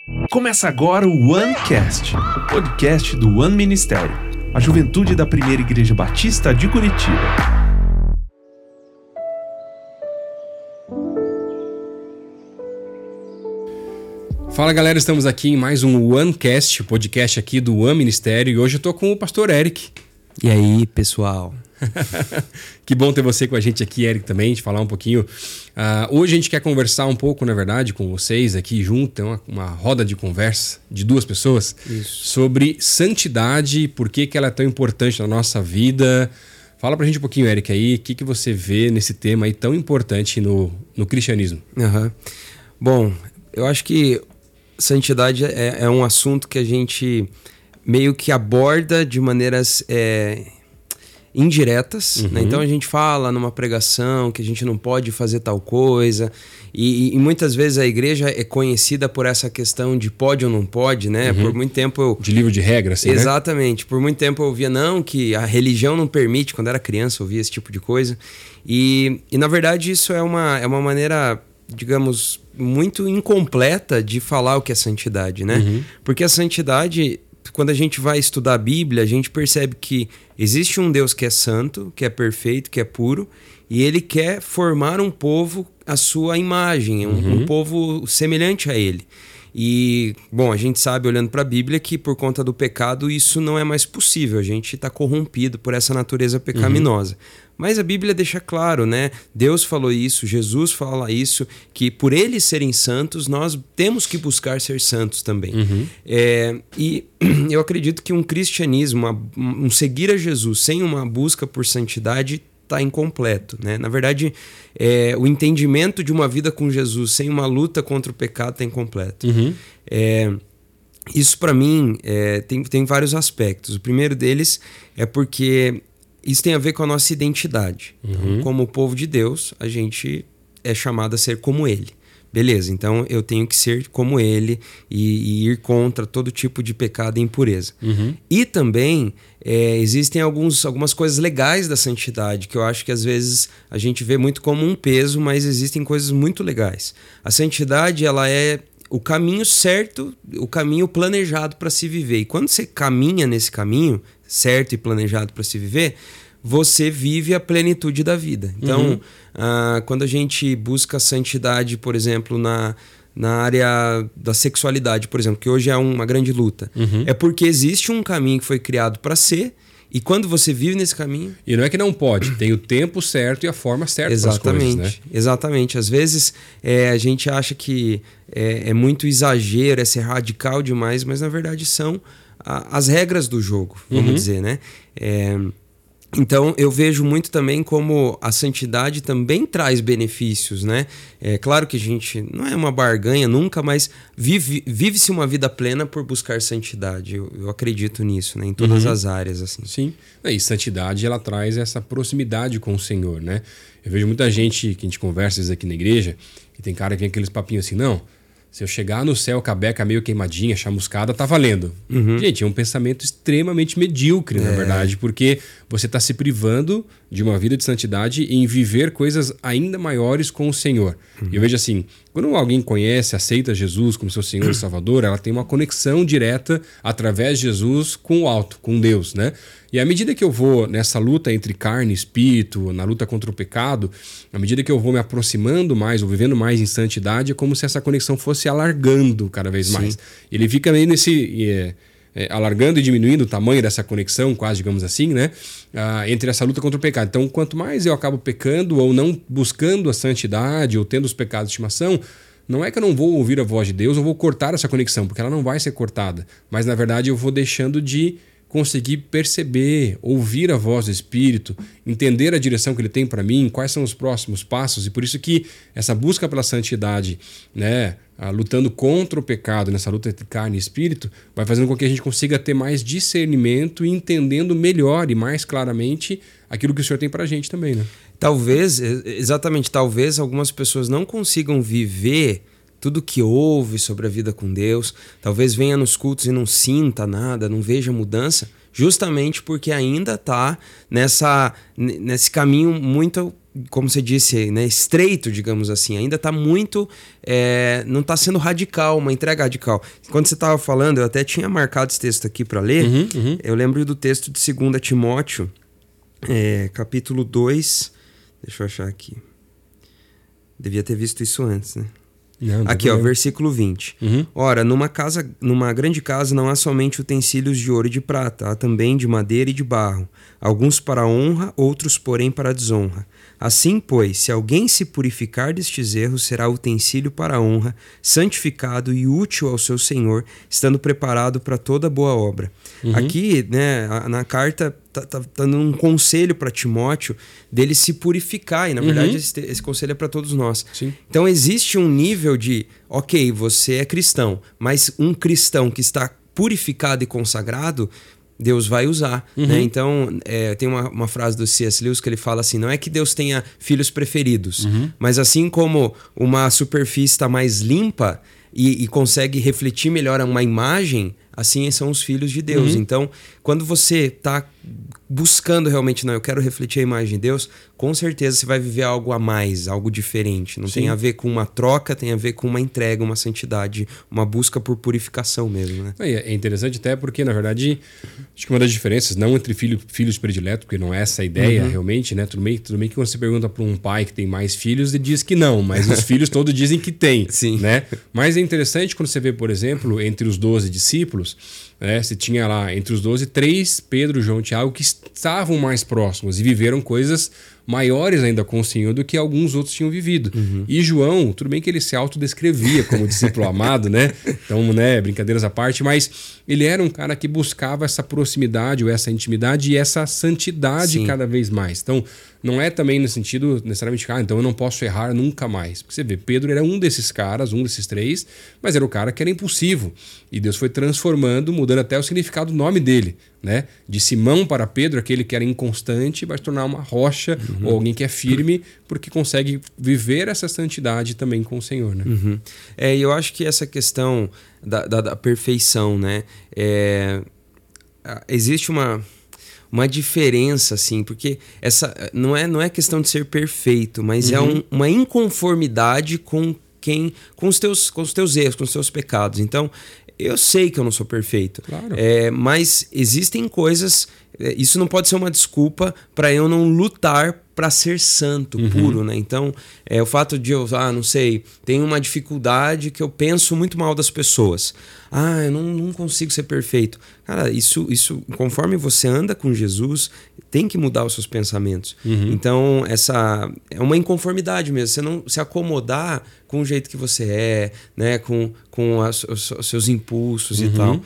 Começa agora o OneCast, o podcast do One Ministério, a juventude da primeira igreja batista de Curitiba. Fala galera, estamos aqui em mais um OneCast, podcast aqui do One Ministério, e hoje eu tô com o pastor Eric. E aí, pessoal? Que bom ter você com a gente aqui, Eric, também, de falar um pouquinho. Hoje a gente quer conversar um pouco, na verdade, com vocês aqui junto, tem uma roda de conversa de duas pessoas. Isso. Sobre santidade, por que ela é tão importante na nossa vida. Fala pra gente um pouquinho, Eric, aí, o que você vê nesse tema aí tão importante no cristianismo. Uhum. Bom, eu acho que santidade é um assunto que a gente meio que aborda de maneiras indiretas, né? Então a gente fala numa pregação que a gente não pode fazer tal coisa e muitas vezes a igreja é conhecida por essa questão de pode ou não pode, né? Por muito tempo De livro de regra, assim, Exatamente. Por muito tempo eu ouvia que a religião não permite, quando era criança eu ouvia esse tipo de coisa e na verdade isso é uma maneira, digamos, muito incompleta de falar o que é santidade, né? Porque a santidade, quando a gente vai estudar a Bíblia, a gente percebe que existe um Deus que é santo, que é perfeito, que é puro, e ele quer formar um povo à sua imagem, um povo semelhante a ele. E, bom, a gente sabe, olhando para a Bíblia, que por conta do pecado isso não é mais possível. A gente está corrompido por essa natureza pecaminosa. Mas a Bíblia deixa claro, né? Deus falou isso, Jesus fala isso, que por eles serem santos, nós temos que buscar ser santos também. E eu acredito que um cristianismo, um seguir a Jesus sem uma busca por santidade está incompleto, né? Na verdade, o entendimento de uma vida com Jesus sem uma luta contra o pecado está incompleto. Isso para mim tem vários aspectos. O primeiro deles é porque isso tem a ver com a nossa identidade. Então, como povo de Deus, a gente é chamado a ser como Ele. Beleza, então eu tenho que ser como Ele e ir contra todo tipo de pecado e impureza. E também existem algumas coisas legais da santidade que eu acho que às vezes a gente vê muito como um peso, mas existem coisas muito legais. A santidade, ela é o caminho certo, o caminho planejado para se viver. E quando você caminha nesse caminho certo e planejado para se viver, você vive a plenitude da vida. Então, quando a gente busca santidade, por exemplo, na área da sexualidade, por exemplo, que hoje é uma grande luta, é porque existe um caminho que foi criado para ser, e quando você vive nesse caminho... E não é que não pode, tem o tempo certo e a forma certa para as coisas, né? Exatamente. Às vezes a gente acha que é muito exagero, é ser radical demais, mas na verdade são as regras do jogo, vamos dizer, né? Então eu vejo muito também como a santidade também traz benefícios, né? É claro que a gente não é uma barganha nunca, mas vive-se uma vida plena por buscar santidade. Eu acredito nisso, né? Em todas as áreas, assim. Sim. E santidade, ela traz essa proximidade com o Senhor, né? Eu vejo muita gente que a gente conversa às vezes aqui na igreja, e tem cara que vem aqueles papinhos assim, não, se eu chegar no céu com a beca meio queimadinha, chamuscada, tá valendo. Gente, é um pensamento extremamente medíocre, na verdade, porque você está se privando de uma vida de santidade em viver coisas ainda maiores com o Senhor. E eu vejo assim, quando alguém conhece, aceita Jesus como seu Senhor e Salvador, ela tem uma conexão direta através de Jesus com o alto, com Deus, né? E à medida que eu vou nessa luta entre carne e espírito, na luta contra o pecado, à medida que eu vou me aproximando mais, ou vivendo mais em santidade, é como se essa conexão fosse alargando cada vez mais. Ele fica meio nesse... alargando e diminuindo o tamanho dessa conexão, quase, digamos assim, né? Entre essa luta contra o pecado. Então, quanto mais eu acabo pecando ou não buscando a santidade ou tendo os pecados de estimação, não é que eu não vou ouvir a voz de Deus ou vou cortar essa conexão, porque ela não vai ser cortada. Mas, na verdade, eu vou deixando de conseguir perceber, ouvir a voz do Espírito, entender a direção que ele tem para mim, quais são os próximos passos. E por isso que essa busca pela santidade, né, lutando contra o pecado, nessa luta entre carne e espírito, vai fazendo com que a gente consiga ter mais discernimento e entendendo melhor e mais claramente aquilo que o Senhor tem para a gente também, né? Talvez algumas pessoas não consigam viver tudo que ouve sobre a vida com Deus, talvez venha nos cultos e não sinta nada, não veja mudança, justamente porque ainda está nesse caminho muito como você disse, né, estreito, digamos assim. Ainda está muito... não está sendo radical, uma entrega radical. Quando você estava falando, eu até tinha marcado esse texto aqui para ler. Eu lembro do texto de 2 Timóteo, capítulo 2. Deixa eu achar aqui. Devia ter visto isso antes, né? Não, aqui, ó, versículo 20. Ora, numa grande casa não há somente utensílios de ouro e de prata, há também de madeira e de barro, alguns para honra, outros, porém, para desonra. Assim, pois, se alguém se purificar destes erros, será utensílio para a honra, santificado e útil ao seu Senhor, estando preparado para toda boa obra. Aqui, né, na carta, tá dando um conselho para Timóteo dele se purificar, e na verdade esse conselho é para todos nós. Sim. Então existe um nível de, ok, você é cristão, mas um cristão que está purificado e consagrado, Deus vai usar, né? Então, tem uma frase do C.S. Lewis que ele fala assim, não é que Deus tenha filhos preferidos, mas assim como uma superfície está mais limpa e consegue refletir melhor uma imagem, assim são os filhos de Deus. Então, quando você está buscando realmente, não, eu quero refletir a imagem de Deus, com certeza você vai viver algo a mais, algo diferente. Não Sim. tem a ver com uma troca, tem a ver com uma entrega, uma santidade, uma busca por purificação mesmo, né? É interessante até porque, na verdade, acho que uma das diferenças, não entre filhos prediletos, porque não é essa a ideia realmente, né? Tudo bem que quando você pergunta para um pai que tem mais filhos, ele diz que não, mas os filhos todos dizem que tem. Sim. Né? Mas é interessante quando você vê, por exemplo, entre os 12 discípulos, você tinha lá entre os 12, 3, Pedro, João e Tiago, que estavam mais próximos e viveram coisas maiores ainda com o Senhor do que alguns outros tinham vivido. E João, tudo bem que ele se autodescrevia como discípulo amado, né? Então, né, brincadeiras à parte, mas ele era um cara que buscava essa proximidade ou essa intimidade e essa santidade Sim. cada vez mais. Então, não é também no sentido necessariamente, então eu não posso errar nunca mais. Porque você vê, Pedro era um desses caras, um desses 3, mas era o cara que era impulsivo. E Deus foi transformando, mudando até o significado do nome dele, né? De Simão para Pedro, aquele que era inconstante, vai se tornar uma rocha ou alguém que é firme, porque consegue viver essa santidade também com o Senhor, né? E eu acho que essa questão da perfeição, né? Existe uma diferença, assim, porque essa não é questão de ser perfeito, mas é uma inconformidade com os teus erros, com os teus pecados. Então, eu sei que eu não sou perfeito, Claro. Mas existem coisas... Isso não pode ser uma desculpa para eu não lutar para ser santo, puro, né? Então, o fato de eu, não sei, tenho uma dificuldade que eu penso muito mal das pessoas. Eu não consigo ser perfeito. Cara, isso, conforme você anda com Jesus, tem que mudar os seus pensamentos. Então, essa é uma inconformidade mesmo. Você não se acomodar com o jeito que você é, né? Com os seus impulsos e tal.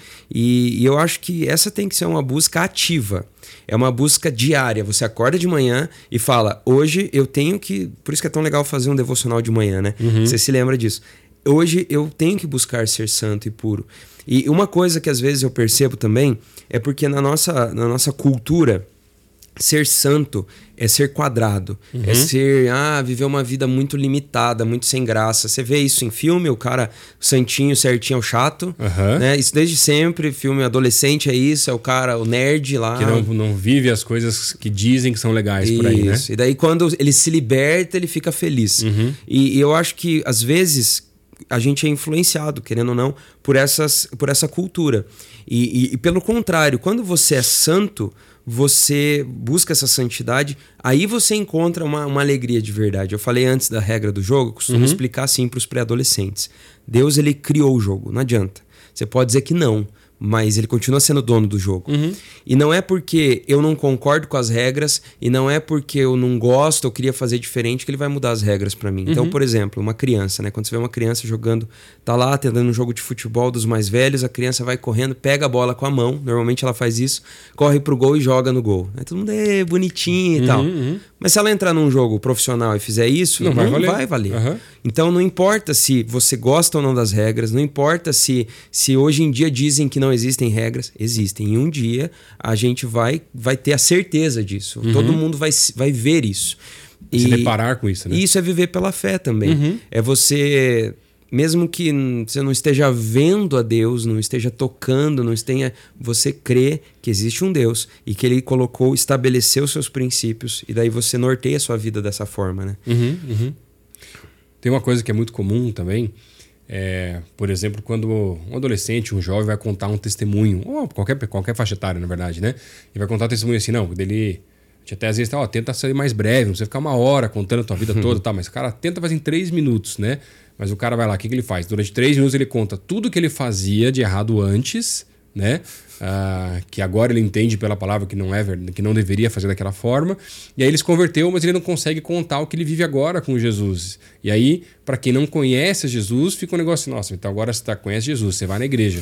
E eu acho que essa tem que ser uma busca ativa. É uma busca diária. Você acorda de manhã e fala, hoje eu tenho que... Por isso que é tão legal fazer um devocional de manhã, né? Você se lembra disso. Hoje eu tenho que buscar ser santo e puro. E uma coisa que às vezes eu percebo também é porque na nossa cultura, ser santo é ser quadrado. É ser, viver uma vida muito limitada, muito sem graça. Você vê isso em filme, o cara santinho, certinho é o chato. Né? Isso desde sempre, filme adolescente é isso, é o cara, o nerd lá. Que não vive as coisas que dizem que são legais por aí, né? E daí quando ele se liberta, ele fica feliz. E eu acho que às vezes a gente é influenciado, querendo ou não, por essa cultura. E pelo contrário, quando você é santo, você busca essa santidade, aí você encontra uma alegria de verdade. Eu falei antes da regra do jogo, eu costumo explicar assim para os pré-adolescentes. Deus, ele criou o jogo, não adianta. Você pode dizer que não, mas ele continua sendo dono do jogo. E não é porque eu não concordo com as regras, e não é porque eu não gosto ou queria fazer diferente que ele vai mudar as regras pra mim. Então, por exemplo, uma criança, né? Quando você vê uma criança jogando, tá lá tentando um jogo de futebol dos mais velhos, a criança vai correndo, pega a bola com a mão, normalmente ela faz isso, corre pro gol e joga no gol. Aí todo mundo é bonitinho e tal. Mas se ela entrar num jogo profissional e fizer isso, não vai valer. Então não importa se você gosta ou não das regras, não importa se hoje em dia dizem que não existem regras, existem. E um dia a gente vai ter a certeza disso. Todo mundo vai ver isso. Se deparar com isso, né? E isso é viver pela fé também. É você mesmo que você não esteja vendo a Deus, não esteja tocando, você crê que existe um Deus e que ele estabeleceu seus princípios, e daí você norteia a sua vida dessa forma, né? Tem uma coisa que é muito comum também, por exemplo, quando um adolescente, um jovem vai contar um testemunho, ou qualquer faixa etária, na verdade, né? E vai contar um testemunho assim, não, dele... A gente até às vezes tenta ser mais breve, não precisa ficar 1 hora contando a tua vida toda, tá? Mas o cara tenta fazer em 3 minutos, né? Mas o cara vai lá, o que ele faz? Durante 3 minutos ele conta tudo que ele fazia de errado antes, né? Que agora ele entende pela palavra que não deveria fazer daquela forma. E aí ele se converteu, mas ele não consegue contar o que ele vive agora com Jesus. E aí, para quem não conhece Jesus, fica um negócio, nossa, então agora você conhece Jesus, você vai na igreja,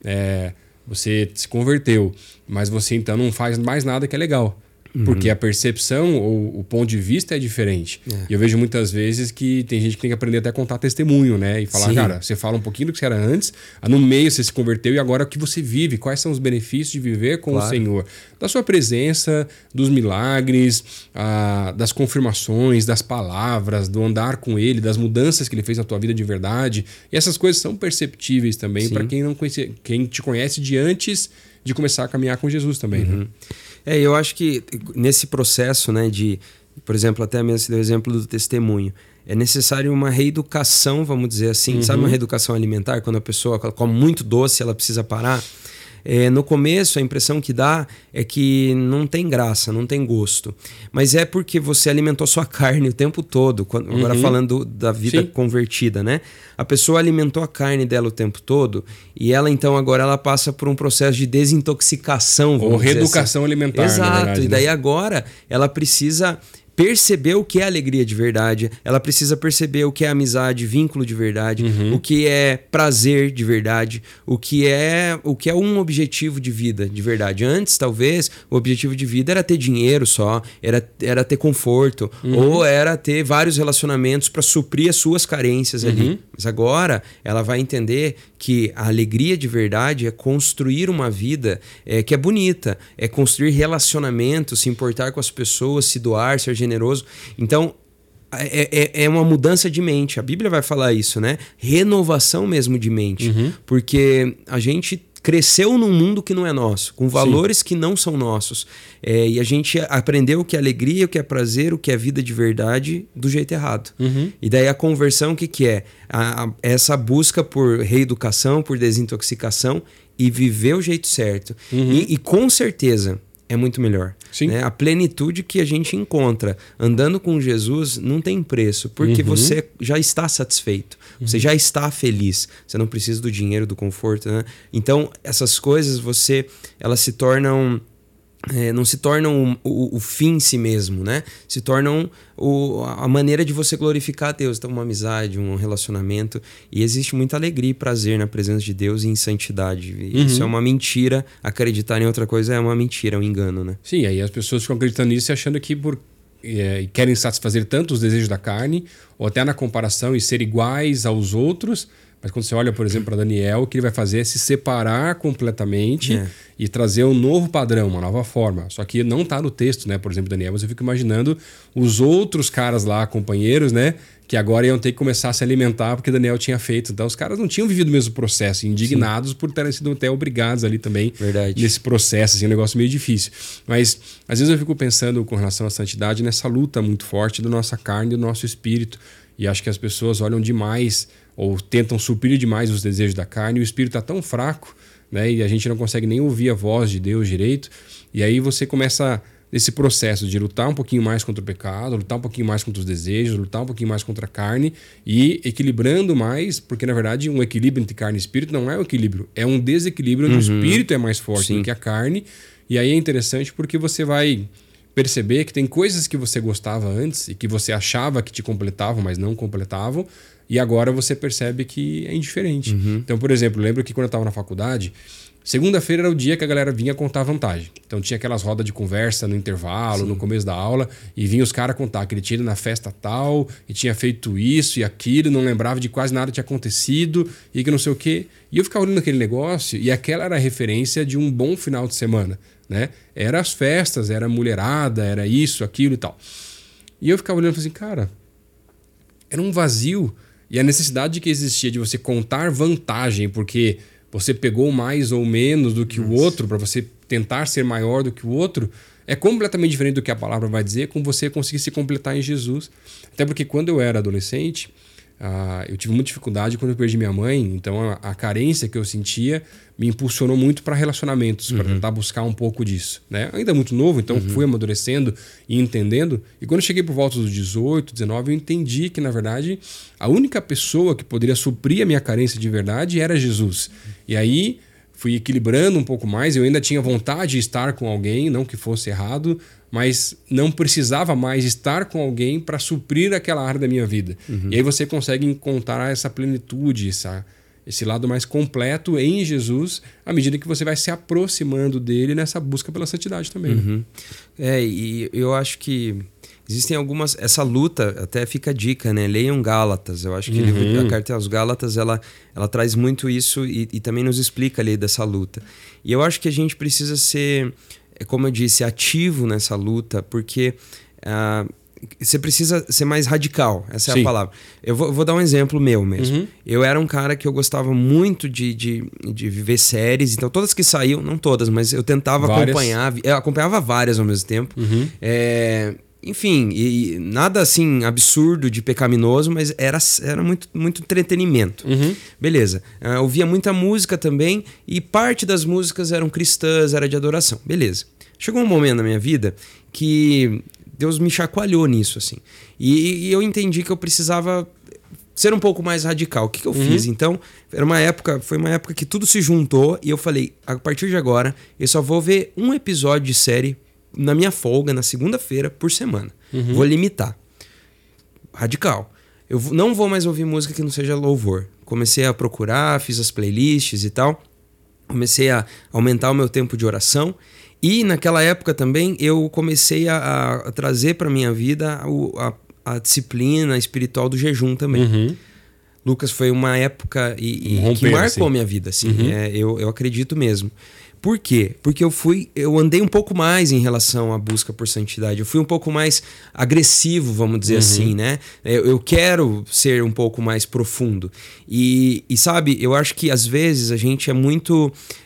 você se converteu, mas você então não faz mais nada que é legal. Porque a percepção ou o ponto de vista é diferente. E eu vejo muitas vezes que tem gente que tem que aprender até a contar testemunho, né? E falar, sim, cara, você fala um pouquinho do que você era antes, no meio você se converteu e agora o que você vive, quais são os benefícios de viver com o Senhor. Da sua presença, dos milagres, das confirmações, das palavras, do andar com Ele, das mudanças que Ele fez na tua vida de verdade. E essas coisas são perceptíveis também para quem não conhece, quem te conhece de antes de começar a caminhar com Jesus também, né? Eu acho que nesse processo, né, por exemplo, até mesmo do exemplo do testemunho, é necessário uma reeducação, vamos dizer assim. Sabe, uma reeducação alimentar, quando a pessoa come muito doce, ela precisa parar. No começo, a impressão que dá é que não tem graça, não tem gosto. Mas é porque você alimentou sua carne o tempo todo. Agora falando da vida convertida, né? A pessoa alimentou a carne dela o tempo todo e ela, então, agora ela passa por um processo de desintoxicação. Ou reeducação alimentar, exato, na verdade, e daí agora ela precisa perceber o que é alegria de verdade, ela precisa perceber o que é amizade, vínculo de verdade, o que é prazer de verdade, o que é um objetivo de vida de verdade. Antes, talvez, o objetivo de vida era ter dinheiro só, era ter conforto, ou era ter vários relacionamentos para suprir as suas carências ali. Mas agora ela vai entender que a alegria de verdade é construir uma vida que é bonita, é construir relacionamentos, se importar com as pessoas, se doar, ser generoso. Então, é uma mudança de mente. A Bíblia vai falar isso, né? Renovação mesmo de mente. Porque a gente cresceu num mundo que não é nosso, com valores que não são nossos. E a gente aprendeu o que é alegria, o que é prazer, o que é vida de verdade do jeito errado. E daí a conversão, o que é? Essa busca por reeducação, por desintoxicação e viver o jeito certo. E com certeza é muito melhor. Né? A plenitude que a gente encontra andando com Jesus não tem preço, porque você já está satisfeito, você já está feliz, você não precisa do dinheiro, do conforto, né? Então essas coisas elas se tornam não se tornam o fim em si mesmo, né? Se tornam a maneira de você glorificar a Deus. Então, uma amizade, um relacionamento. E existe muita alegria e prazer na presença de Deus e em santidade. E isso é uma mentira. Acreditar em outra coisa é uma mentira, é um engano, né? Sim, aí as pessoas ficam acreditando nisso e achando que querem satisfazer tanto os desejos da carne, ou até na comparação e ser iguais aos outros. Mas quando você olha, por exemplo, para Daniel, o que ele vai fazer é se separar completamente e trazer um novo padrão, uma nova forma. Só que não está no texto, né? Por exemplo, Daniel, mas eu fico imaginando os outros caras lá, companheiros, né? Que agora iam ter que começar a se alimentar porque Daniel tinha feito. Então os caras não tinham vivido o mesmo processo, indignados por terem sido até obrigados ali também nesse processo, assim, um negócio meio difícil. Mas às vezes eu fico pensando com relação à santidade nessa luta muito forte da nossa carne e do nosso espírito. E acho que as pessoas olham demais ou tentam suprir demais os desejos da carne, e o espírito está tão fraco, né? E a gente não consegue nem ouvir a voz de Deus direito. E aí você começa nesse processo de lutar um pouquinho mais contra o pecado, lutar um pouquinho mais contra os desejos, lutar um pouquinho mais contra a carne e equilibrando mais, porque na verdade um equilíbrio entre carne e espírito não é um equilíbrio, é um desequilíbrio onde o espírito é mais forte do que a carne. E aí é interessante porque você vai perceber que tem coisas que você gostava antes e que você achava que te completavam, mas não completavam, e agora você percebe que é indiferente. Então, por exemplo, lembro que quando eu estava na faculdade, segunda-feira era o dia que a galera vinha contar vantagem. Então tinha aquelas rodas de conversa no intervalo, no começo da aula, e vinha os caras contar que ele tinha ido na festa tal, e tinha feito isso e aquilo, não lembrava de quase nada que tinha acontecido, e que não sei o quê. E eu ficava olhando aquele negócio, e aquela era a referência de um bom final de semana, né? Era as festas, era a mulherada, era isso, aquilo e tal. E eu ficava olhando e falei assim, cara, era um vazio. E a necessidade que existia de você contar vantagem, porque você pegou mais ou menos do que o outro, para você tentar ser maior do que o outro, é completamente diferente do que a palavra vai dizer, com você conseguir se completar em Jesus. Até porque quando eu era adolescente, eu tive muita dificuldade quando eu perdi minha mãe, então a carência que eu sentia me impulsionou muito para relacionamentos, para tentar buscar um pouco disso, né? Ainda muito novo, então fui amadurecendo e entendendo, e quando eu cheguei por volta dos 18, 19, eu entendi que, na verdade, a única pessoa que poderia suprir a minha carência de verdade era Jesus. E aí fui equilibrando um pouco mais, eu ainda tinha vontade de estar com alguém, não que fosse errado, mas não precisava mais estar com alguém para suprir aquela área da minha vida. E aí você consegue encontrar essa plenitude, esse lado mais completo em Jesus, à medida que você vai se aproximando dele nessa busca pela santidade também. Né? E eu acho que existem algumas... Essa luta, até fica a dica, né? Leiam Gálatas. Eu acho que a carta aos Gálatas, ela traz muito isso e também nos explica ali dessa luta. E eu acho que a gente precisa ser, como eu disse, ativo nessa luta, porque você precisa ser mais radical. Essa é a palavra. Eu vou dar um exemplo meu mesmo. Eu era um cara que eu gostava muito de ver séries. Então, todas que saíam, não todas, mas eu tentava acompanhar. Eu acompanhava várias ao mesmo tempo. Enfim, e nada assim absurdo de pecaminoso, mas era muito, muito entretenimento. Beleza. Eu ouvia muita música também e parte das músicas eram cristãs, era de adoração. Beleza. Chegou um momento na minha vida que Deus me chacoalhou nisso, assim. E eu entendi que eu precisava ser um pouco mais radical. O que eu fiz? Então, foi uma época que tudo se juntou e eu falei, a partir de agora, eu só vou ver um episódio de série na minha folga, na segunda-feira, por semana. Vou limitar. Radical. Eu não vou mais ouvir música que não seja louvor. Comecei a procurar, fiz as playlists e tal. Comecei a aumentar o meu tempo de oração. E naquela época também eu comecei a trazer para minha vida a disciplina espiritual do jejum também. Lucas, foi uma época que marcou a minha vida. Assim. Eu acredito mesmo. Por quê? Porque eu andei um pouco mais em relação à busca por santidade. Eu fui um pouco mais agressivo, vamos dizer assim, né? Eu quero ser um pouco mais profundo. E sabe, eu acho que às vezes a gente é muito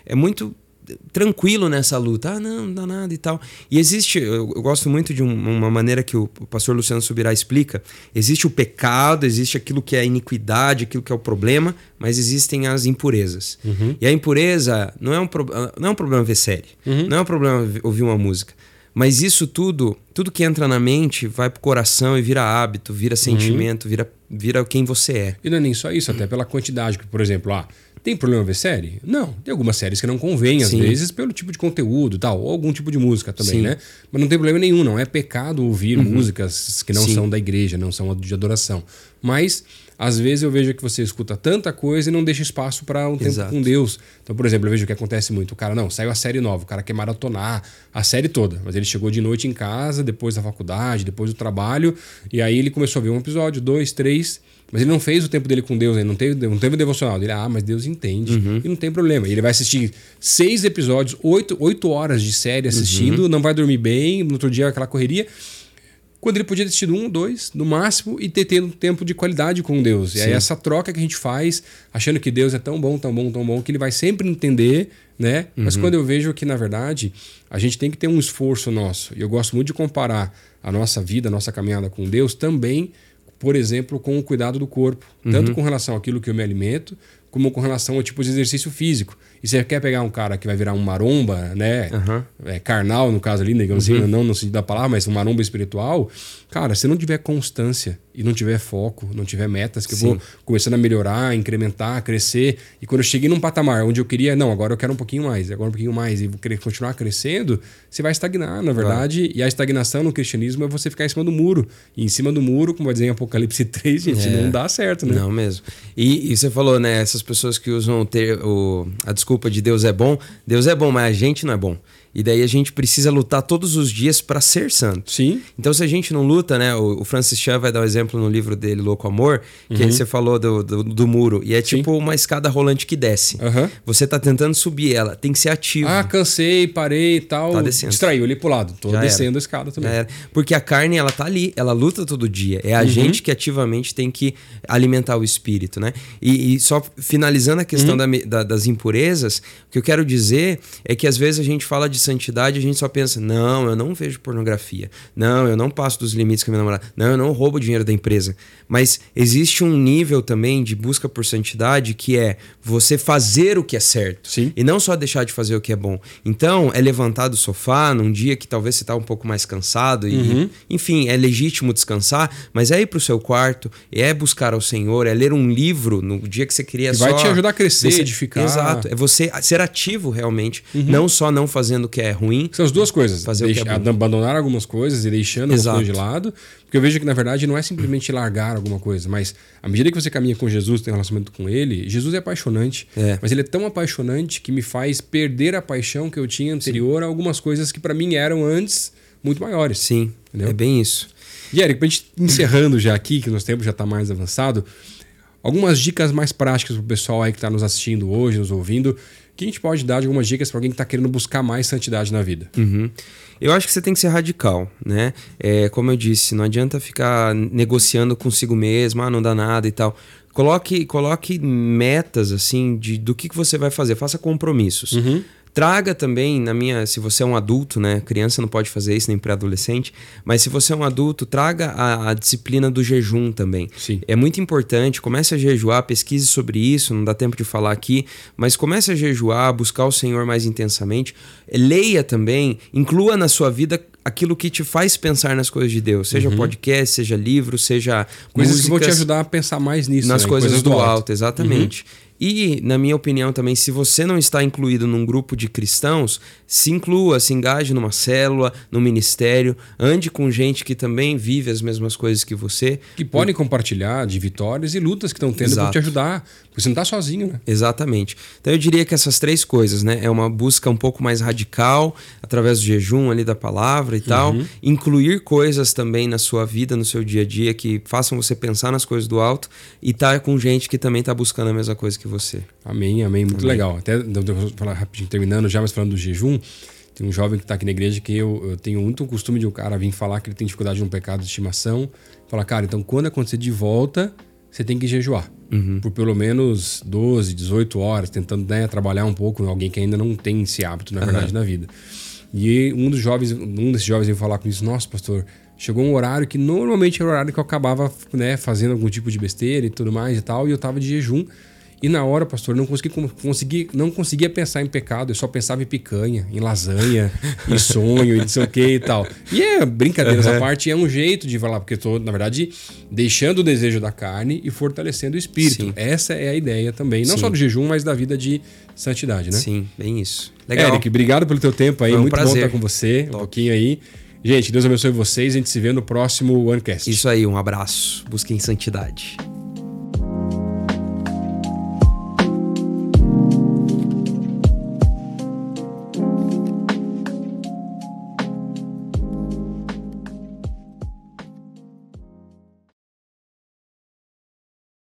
tranquilo nessa luta. Não dá nada e tal. E existe, eu gosto muito de uma maneira que o pastor Luciano Subirá explica. Existe o pecado, existe aquilo que é a iniquidade, aquilo que é o problema, mas existem as impurezas. E a impureza não é um problema ver série, não é um problema ouvir uma música. Mas isso tudo que entra na mente vai pro coração e vira hábito, vira sentimento, vira quem você é. E não é nem só isso, até pela quantidade. Por exemplo, tem problema ver série? Não. Tem algumas séries que não convêm, às vezes, pelo tipo de conteúdo e tal, ou algum tipo de música também, né? Mas não tem problema nenhum, não é pecado ouvir músicas que não são da igreja, não são de adoração. Mas, às vezes, eu vejo que você escuta tanta coisa e não deixa espaço para um tempo com Deus. Então, por exemplo, eu vejo que acontece muito. O cara, saiu a série nova, o cara quer maratonar a série toda, mas ele chegou de noite em casa, depois da faculdade, depois do trabalho, e aí ele começou a ver um episódio, 2, 3... Mas ele não fez o tempo dele com Deus, ele não teve o devocional. Ele, mas Deus entende. E não tem problema. Ele vai assistir 6 episódios, 8 horas de série assistindo, não vai dormir bem, no outro dia aquela correria. Quando ele podia ter assistido 1, 2, no máximo, e ter um tempo de qualidade com Deus. E aí essa troca que a gente faz, achando que Deus é tão bom, tão bom, tão bom, que ele vai sempre entender, né? Mas quando eu vejo que, na verdade, a gente tem que ter um esforço nosso. E eu gosto muito de comparar a nossa vida, a nossa caminhada com Deus também, por exemplo, com o cuidado do corpo. Tanto com relação àquilo que eu me alimento, como com relação ao tipo de exercício físico. E você quer pegar um cara que vai virar um maromba, né? Carnal, no caso ali, digamos assim, não no sentido da palavra, mas um maromba espiritual. Cara, se não tiver constância e não tiver foco, não tiver metas, que eu vou começando a melhorar, incrementar, crescer. E quando eu cheguei num patamar onde eu queria, agora eu quero um pouquinho mais, agora um pouquinho mais, e vou querer continuar crescendo, você vai estagnar, na verdade. E a estagnação no cristianismo é você ficar em cima do muro. E em cima do muro, como vai dizer em Apocalipse 3, gente, não dá certo, né? Não mesmo. E você falou, né, essas pessoas que usam a desculpa de Deus é bom, mas a gente não é bom. E daí a gente precisa lutar todos os dias para ser santo. Sim. Então, se a gente não luta, né? O Francis Chan vai dar um exemplo no livro dele, Louco Amor, que aí você falou do muro. E é tipo uma escada rolante que desce. Você tá tentando subir ela, tem que ser ativo. Ah, cansei, parei e tal. Tá descendo. Distraiu ali pro lado. Tô Já descendo a escada também. Porque a carne, ela tá ali, ela luta todo dia. É a gente que ativamente tem que alimentar o espírito, né? E só finalizando a questão das impurezas, o que eu quero dizer é que às vezes a gente fala de santidade e a gente só pensa, não, eu não vejo pornografia. Não, eu não passo dos limites com a minha namorada. Não, eu não roubo o dinheiro da empresa. Mas existe um nível também de busca por santidade que é você fazer o que é certo. Sim. E não só deixar de fazer o que é bom. Então, é levantar do sofá num dia que talvez você está um pouco mais cansado e, enfim, é legítimo descansar, mas é ir para o seu quarto, é buscar ao Senhor, é ler um livro no dia que você queria que vai te ajudar a crescer, edificar. Exato. É você ser ativo realmente, não só não fazendo o que é ruim. São as duas coisas. Fazer o que é bom. Abandonar algumas coisas e deixando algumas coisas de lado. Porque eu vejo que, na verdade, não é simplesmente largar alguma coisa, mas à medida que você caminha com Jesus, tem um relacionamento com Ele, Jesus é apaixonante. Mas Ele é tão apaixonante que me faz perder a paixão que eu tinha anterior a algumas coisas que para mim eram antes muito maiores. Sim, entendeu? É bem isso. E Eric, pra gente encerrando já aqui, que nosso tempo já tá mais avançado, algumas dicas mais práticas pro pessoal aí que tá nos assistindo hoje, nos ouvindo, que a gente pode dar de algumas dicas para alguém que tá querendo buscar mais santidade na vida? Eu acho que você tem que ser radical, né? Como eu disse, não adianta ficar negociando consigo mesmo, não dá nada e tal. Coloque metas, assim, do que você vai fazer. Faça compromissos. Traga também, se você é um adulto, né? Criança não pode fazer isso, nem pré-adolescente. Mas se você é um adulto, traga a disciplina do jejum também. Sim. É muito importante, comece a jejuar, pesquise sobre isso, não dá tempo de falar aqui. Mas comece a jejuar, buscar o Senhor mais intensamente. Leia também, inclua na sua vida aquilo que te faz pensar nas coisas de Deus. Seja podcast, seja livro, seja coisas músicas, que vão te ajudar a pensar mais nisso. Nas coisas do alto, exatamente. exatamente. E, na minha opinião também, se você não está incluído num grupo de cristãos, se inclua, se engaje numa célula, num ministério, ande com gente que também vive as mesmas coisas que você. Que podem compartilhar de vitórias e lutas que estão tendo para te ajudar. Porque você não está sozinho, né? Exatamente. Então eu diria que essas três coisas, né? É uma busca um pouco mais radical, através do jejum ali da palavra e tal. Incluir coisas também na sua vida, no seu dia a dia, que façam você pensar nas coisas do alto e estar com gente que também está buscando a mesma coisa que você. Amém. Muito legal. Até vou falar rapidinho, terminando já, mas falando do jejum, tem um jovem que está aqui na igreja que eu tenho muito o costume de um cara vir falar que ele tem dificuldade num pecado de estimação. Falar, cara, então quando acontecer de volta, você tem que jejuar. Por pelo menos 12, 18 horas, tentando trabalhar um pouco em alguém que ainda não tem esse hábito, na verdade, na vida. E um desses jovens veio falar com isso, nossa, pastor, chegou um horário que normalmente era o horário que eu acabava fazendo algum tipo de besteira e tudo mais e tal, e eu tava de jejum. E na hora, pastor, não conseguia pensar em pecado, eu só pensava em picanha, em lasanha, em sonho, e não sei o que e tal. E brincadeira, essa parte é um jeito de falar, porque eu tô, na verdade, deixando o desejo da carne e fortalecendo o espírito. Sim. Essa é a ideia também, não só do jejum, mas da vida de santidade, né? Sim, bem isso. Legal. Eric, obrigado pelo teu tempo aí, muito prazer. bom estar com você, um pouquinho aí. Gente, Deus abençoe vocês, a gente se vê no próximo OneCast. Isso aí, um abraço. Busquem santidade.